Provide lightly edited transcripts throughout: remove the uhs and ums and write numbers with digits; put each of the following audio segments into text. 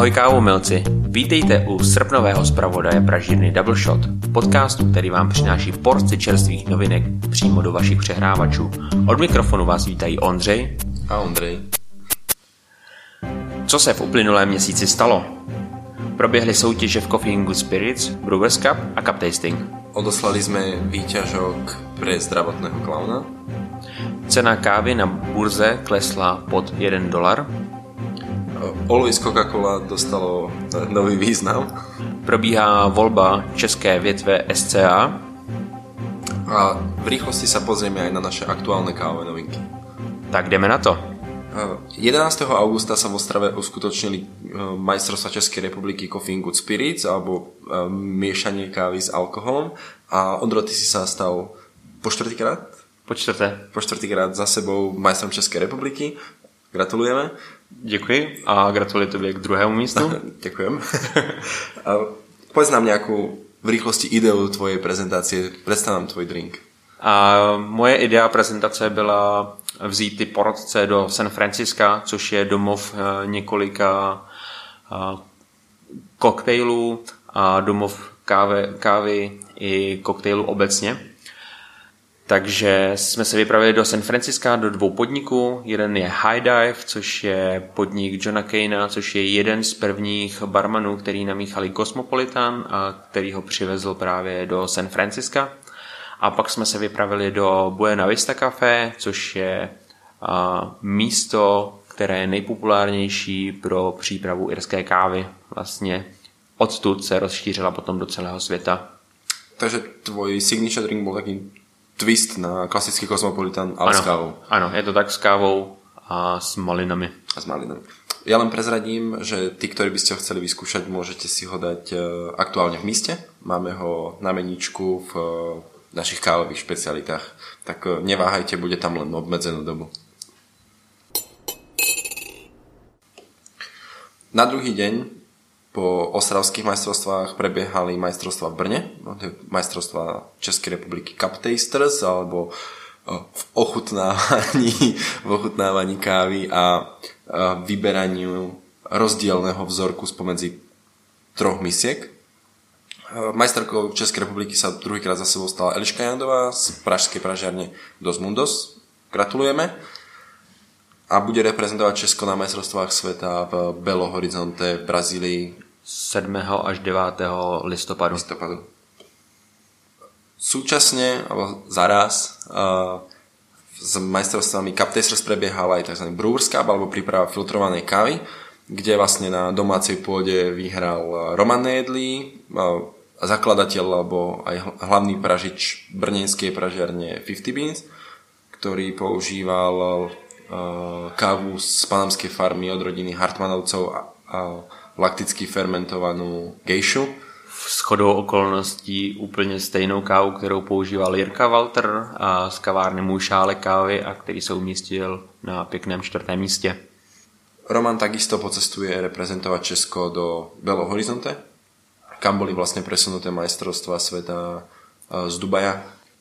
Ahoj kávomilci, vítejte u srpnového zpravodaje pražírny Double Shot, podcastu, který vám přináší porci čerstvých novinek přímo do vašich přehrávačů. Od mikrofonu vás vítají Ondřej a Ondřej. Co se v uplynulém měsíci stalo? Proběhly soutěže v Coffee and Good Spirits, Brewers Cup a Cup Tasting. Odoslali sme výťažok pre zdravotného klauna. Cena kávy na burze klesla pod $1. Always Coca-Cola dostalo nový význam. Probíhá volba české větve SCA. A v rýchlosti sa pozrieme aj na naše aktuálne kávové novinky. Tak jdeme na to. 11. augusta sa v Ostrave uskutočnili majstrovstvá Českej republiky Coffee and Good Spirits alebo miešanie kávy s alkoholom. A Ondro, ty si sa stal po štvrtýkrát za sebou majstrom Českej republiky. Gratulujeme. Děkuji a gratuluji tobě k druhému místu. Ďakujem. Povedz nám nejakú v rýchlosti ideu tvojej prezentácie. Predstav nám tvoj drink. Moje idea prezentace byla vzít ty porodce do San Francisca, což je domov několika koktejlů a domov kávy i koktejlů obecně. Takže jsme se vypravili do San Francisca do 2 podniků. Jeden je High Dive, což je podnik Johna Caina, což je jeden z prvních barmanů, který namíchali Cosmopolitan a který ho přivezl právě do San Francisca. A pak jsme se vypravili do Buena Vista Café, což je místo, které je nejpopulárnější pro přípravu irské kávy. Vlastně odtud se rozšířila potom do celého světa. Takže tvoj signature drink bol taký twist na klasický Cosmopolitan, ale s kávou. Ano, je to tak s kávou a s malinami. Ja len prezradím, že tí, ktorí by ste ho chceli vyskúšať, môžete si ho dať aktuálne v Miste. Máme ho na meníčku v našich kávových špecialitách. Tak neváhajte, bude tam len obmedzenú dobu. Na druhý deň po ostravských majstrovstvách prebiehali majstrovstvá v Brne, majstrovstvá Českej republiky Cup Tasters, alebo v ochutnávaní kávy a vyberaniu rozdielného vzorku spomedzi 3 misiek. Majsterkou Českej republiky sa druhýkrát za sebou stala Eliška Jandová z pražskej pražiarne Dos Mundos. Gratulujeme. A bude reprezentovať Česko na majstrovstvách sveta v Belo Horizonte v Brazílii 7. až 9. listopadu. Súčasne, alebo zaraz, s majstrovstvami Cup Tasters prebiehal aj tzv. Brewers Cup, alebo príprava filtrovanej kávy, kde vlastne na domácej pôde vyhral Roman Nejedlý, zakladateľ alebo aj hlavný pražič brněnskej pražiarne 50 Beans, ktorý používal kávu z panamskej farmy od rodiny Hartmanovcov a lakticky fermentovanú gejšu. Shodou okolností úplně stejnou kávu, kterou používal Jirka Walter a z kavárny Můj šálek kávy a který se umístil na pěkném 4. místě. Roman takisto pocestuje reprezentovať Česko do Belo Horizonte, kam boli vlastne presunuté majstrovstvá sveta z Dubaja.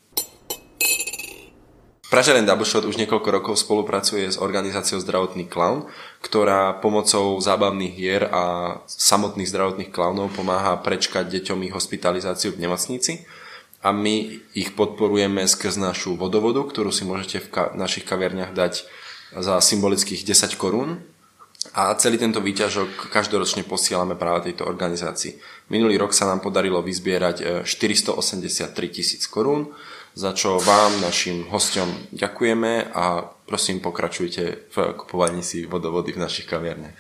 Pražiareň Double Shot už niekoľko rokov spolupracuje s organizáciou Zdravotný klaun, ktorá pomocou zábavných hier a samotných zdravotných klaunov pomáha prečkať deťom ich hospitalizáciu v nemocnici a my ich podporujeme skrz našu vodovodu, ktorú si môžete v našich kaviarniach dať za symbolických 10 korún a celý tento výťažok každoročne posielame práve tejto organizácii. Minulý rok sa nám podarilo vyzbierať 483 000 korún, za čo vám, našim hosťom, ďakujeme a prosím pokračujte v kupovaní si vodovody v našich kaviarniach.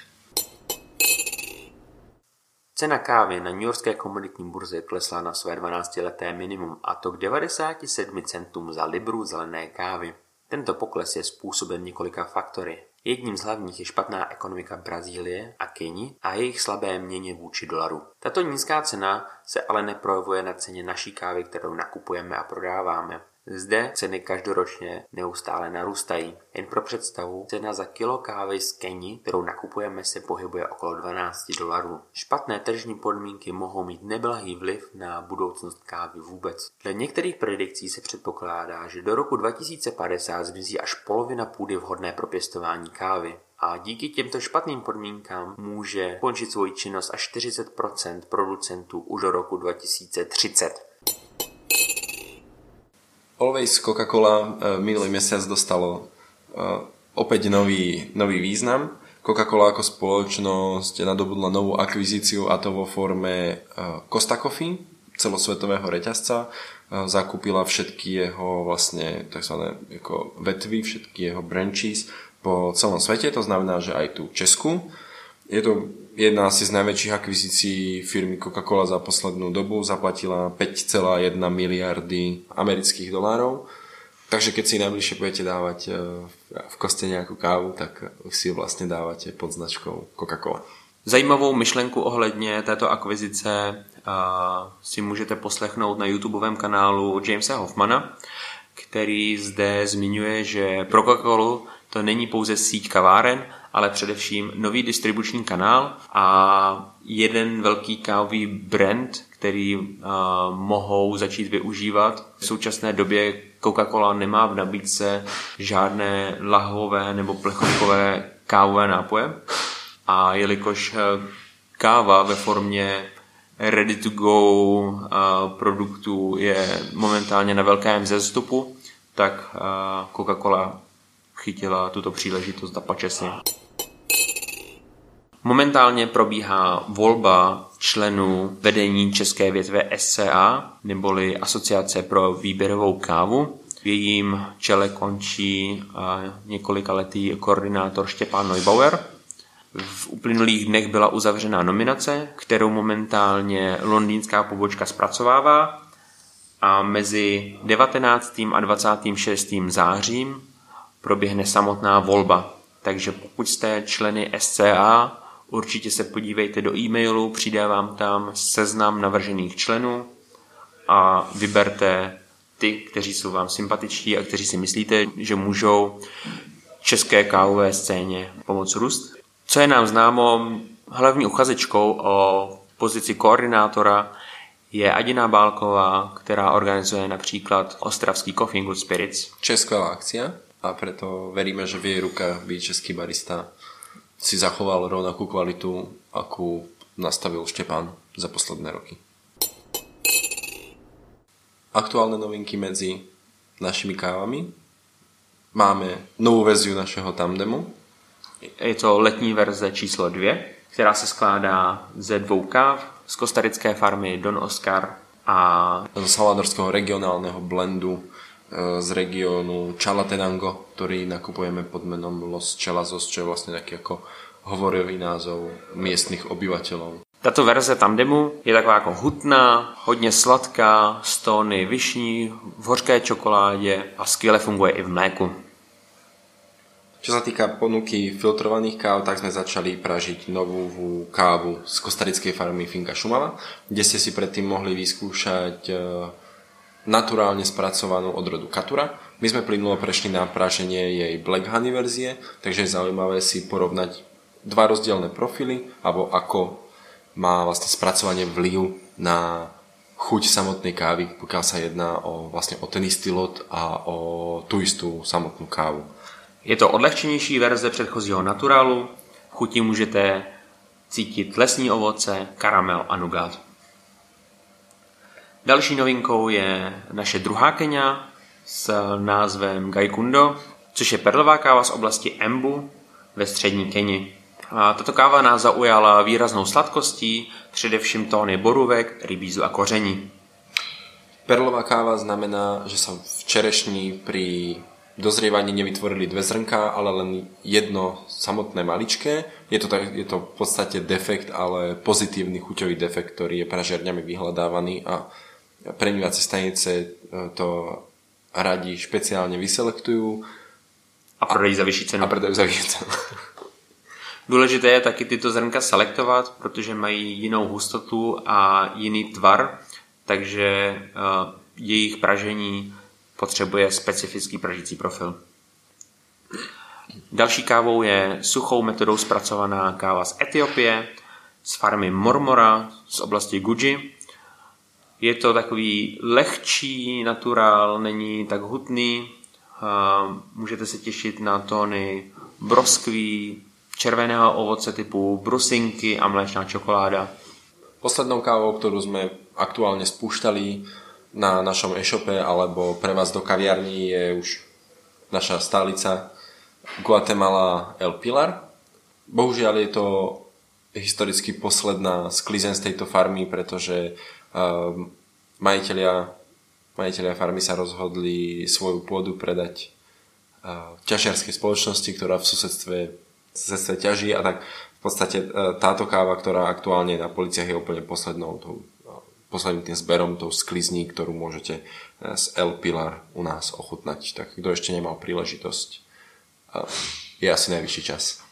Cena kávy na newyorské komoditní burze klesla na své 12leté minimum, a to k 97 centům za libru zelené kávy. Tento pokles je způsoben několika faktory. Jedním z hlavních je špatná ekonomika Brazílie a Keni a jejich slabé měně vůči dolaru. Tato nízká cena se ale neprojevuje na ceně naší kávy, kterou nakupujeme a prodáváme. Zde ceny každoročně neustále narůstají. Jen pro představu, cena za kilo kávy z Keni, kterou nakupujeme, se pohybuje okolo $12. Špatné tržní podmínky mohou mít neblahý vliv na budoucnost kávy vůbec. Dle některých predikcí se předpokládá, že do roku 2050 zmizí až polovina půdy vhodné pro pěstování kávy. A díky těmto špatným podmínkám může končit svoji činnost až 40% producentů už do roku 2030. Always Coca-Cola minulý mesiac dostalo opäť nový význam. Coca-Cola ako spoločnosť nadobudla novú akvizíciu, a to vo forme Costa Coffee, celosvetového reťazca. Zakúpila všetky jeho vlastne tzv. Vetvy, všetky jeho branches po celom svete, to znamená, že aj tu Česku. Je to jedna asi z najväčších akvizícií firmy Coca-Cola za poslednú dobu, zaplatila 5,1 miliardy amerických dolárov. Takže keď si najbližšie budete dávať v koste nejakú kávu, tak si ju vlastne dávate pod značkou Coca-Cola. Zajímavou myšlenku ohledně této akvizice si můžete poslechnout na YouTubeovém kanálu Jamesa Hoffmana, který zde zmiňuje, že pro Coca-Colu to není pouze síť kaváren, ale především nový distribuční kanál a jeden velký kávový brand, který mohou začít využívat. V současné době Coca-Cola nemá v nabídce žádné lahvové nebo plechovkové kávové nápoje a jelikož káva ve formě ready to go produktů je momentálně na velkém vzestupu, tak Coca-Cola chytila tuto příležitost a pače si. Momentálně probíhá volba členů vedení české větve SCA, neboli Asociace pro výběrovou kávu. V jejím čele končí několikaletý koordinátor Štěpán Neubauer. V uplynulých dnech byla uzavřena nominace, kterou momentálně londýnská pobočka zpracovává a mezi 19. a 26. zářím proběhne samotná volba. Takže pokud jste členy SCA, určitě se podívejte do e-mailu, přijde vám tam seznam navržených členů a vyberte ty, kteří jsou vám sympatičtí a kteří si myslíte, že můžou české kávové scéně pomoct růst. Co je nám známo, hlavní uchazečkou o pozici koordinátora je Adina Bálková, která organizuje například Ostravský Coffee and Good Spirits. Česká akcia a preto veríme, že v jej rukách by český barista si zachoval rovnakú kvalitu, akú nastavil Štepán za posledné roky. Aktuálne novinky medzi našimi kávami. Máme novou verziu našeho tandemu. Je to letní verze číslo 2, která se skládá ze 2 káv z kostarické farmy Don Oscar a z salvadorského regionálneho blendu z regiónu Chalatenango, ktorý nakupujeme pod menom Los Chelazos, čo je vlastne taký ako hovorivý názov miestnych obyvateľov. Tato verze tandemu je taková jako hutná, hodně sladká, z tóny višní, v hořké čokoládě a skvěle funguje i v mléku. Čo sa týka ponuky filtrovaných káv, tak sme začali pražiť novú kávu z kostarickej farmy Finka Šumava, kde ste si predtým mohli vyskúšať naturálne spracovanú odrodu Katura. My sme plynulo prešli na praženie jej Black Honey verzie, takže je zaujímavé si porovnať dva rozdielne profily, alebo ako má vlastne spracovanie vplyv na chuť samotnej kávy, pokiaľ sa jedná vlastne o ten istý lot a o tú istú samotnú kávu. Je to odlehčenější verze předchozího naturálu, chutí můžete cítit lesní ovoce, karamel a nugát. Další novinkou je naše druhá keňa s názvem Gaikundo, což je perlová káva z oblasti Embu ve střední Keni. A tato káva nás zaujala výraznou sladkostí, především tóny borůvek, rybízu a koření. Perlová káva znamená, že sa v čerešni pri dozrievaní nevytvorili 2 zrnká, ale len jedno samotné maličké. Je to v podstate defekt, ale pozitívny chuťový defekt, ktorý je pražiarňami vyhľadávaný a prenívacie stanice to radi špeciálne vyselektujú a prodají za vyšší cenu. Důležité je taky tyto zrnka selektovat, protože mají jinou hustotu a jiný tvar, takže jejich pražení potřebuje specifický pražící profil. Další kávou je suchou metodou zpracovaná káva z Etiopie, z farmy Mormora z oblasti Guji. Je to takový lehčí naturál, není tak hutný. Můžete se těšit na tóny broskví, červeného ovoce typu brusinky a mléčná čokoláda. Poslednou kávou, ktorú sme aktuálne spúšťali na našom e-shope alebo pre vás do kaviarní, je už naša stálica Guatemala El Pilar. Bohužiaľ je to historicky posledná sklizeň z tejto farmy, pretože majitelia farmy sa rozhodli svoju pôdu predať ťažiarskej spoločnosti, ktorá v susedstve ťaží, a tak v podstate táto káva, ktorá aktuálne na policiach je úplne posledným tým zberom, tou sklizní, ktorú môžete z El Pilar u nás ochutnať. Tak kto ešte nemal príležitosť, je asi najvyšší čas.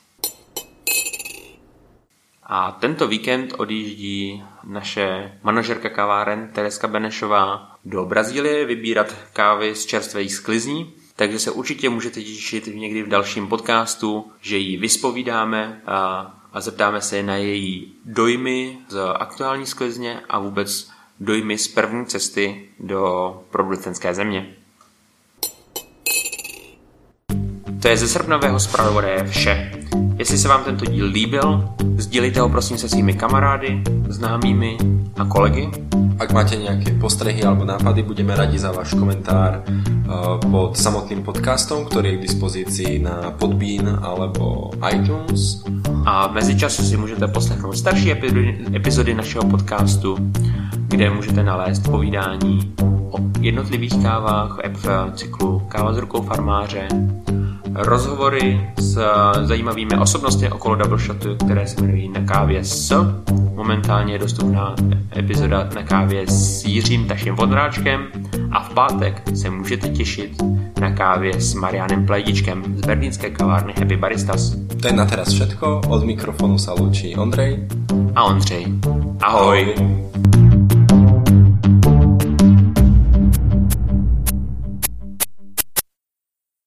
A tento víkend odjíždí naše manažerka kaváren Tereska Benešová do Brazílie vybírat kávy z čerstvých sklizní, takže se určitě můžete těšit někdy v dalším podcastu, že ji vyspovídáme a zeptáme se na její dojmy z aktuální sklizně a vůbec dojmy z první cesty do producenské země. To je ze srpnového zpravodaje vše. Jestli se vám tento díl líbil, sdílejte ho prosím se svými kamarády, známými a kolegy. Ak máte nejaké postrehy alebo nápady, budeme radi za váš komentár pod samotným podcastom, ktorý je k dispozícii na Podbean alebo iTunes. A v mezičasu si můžete poslechnout starší epizody našeho podcastu, kde můžete nalézt povídání o jednotlivých kávách v cyklu Káva s rukou farmáře, rozhovory s zajímavými osobnostmi okolo Double Shotu, které se jmenují Na kávě s. Momentálně je dostupná epizoda Na kávě s Jiřím Taším Vodráčkem a v pátek se můžete těšit na kávě s Marianem Plejdičkem z berlínské kavárny Happy Baristas. To je na teraz všetko. Od mikrofonu sa lúči Ondrej a Ondřej. Ahoj.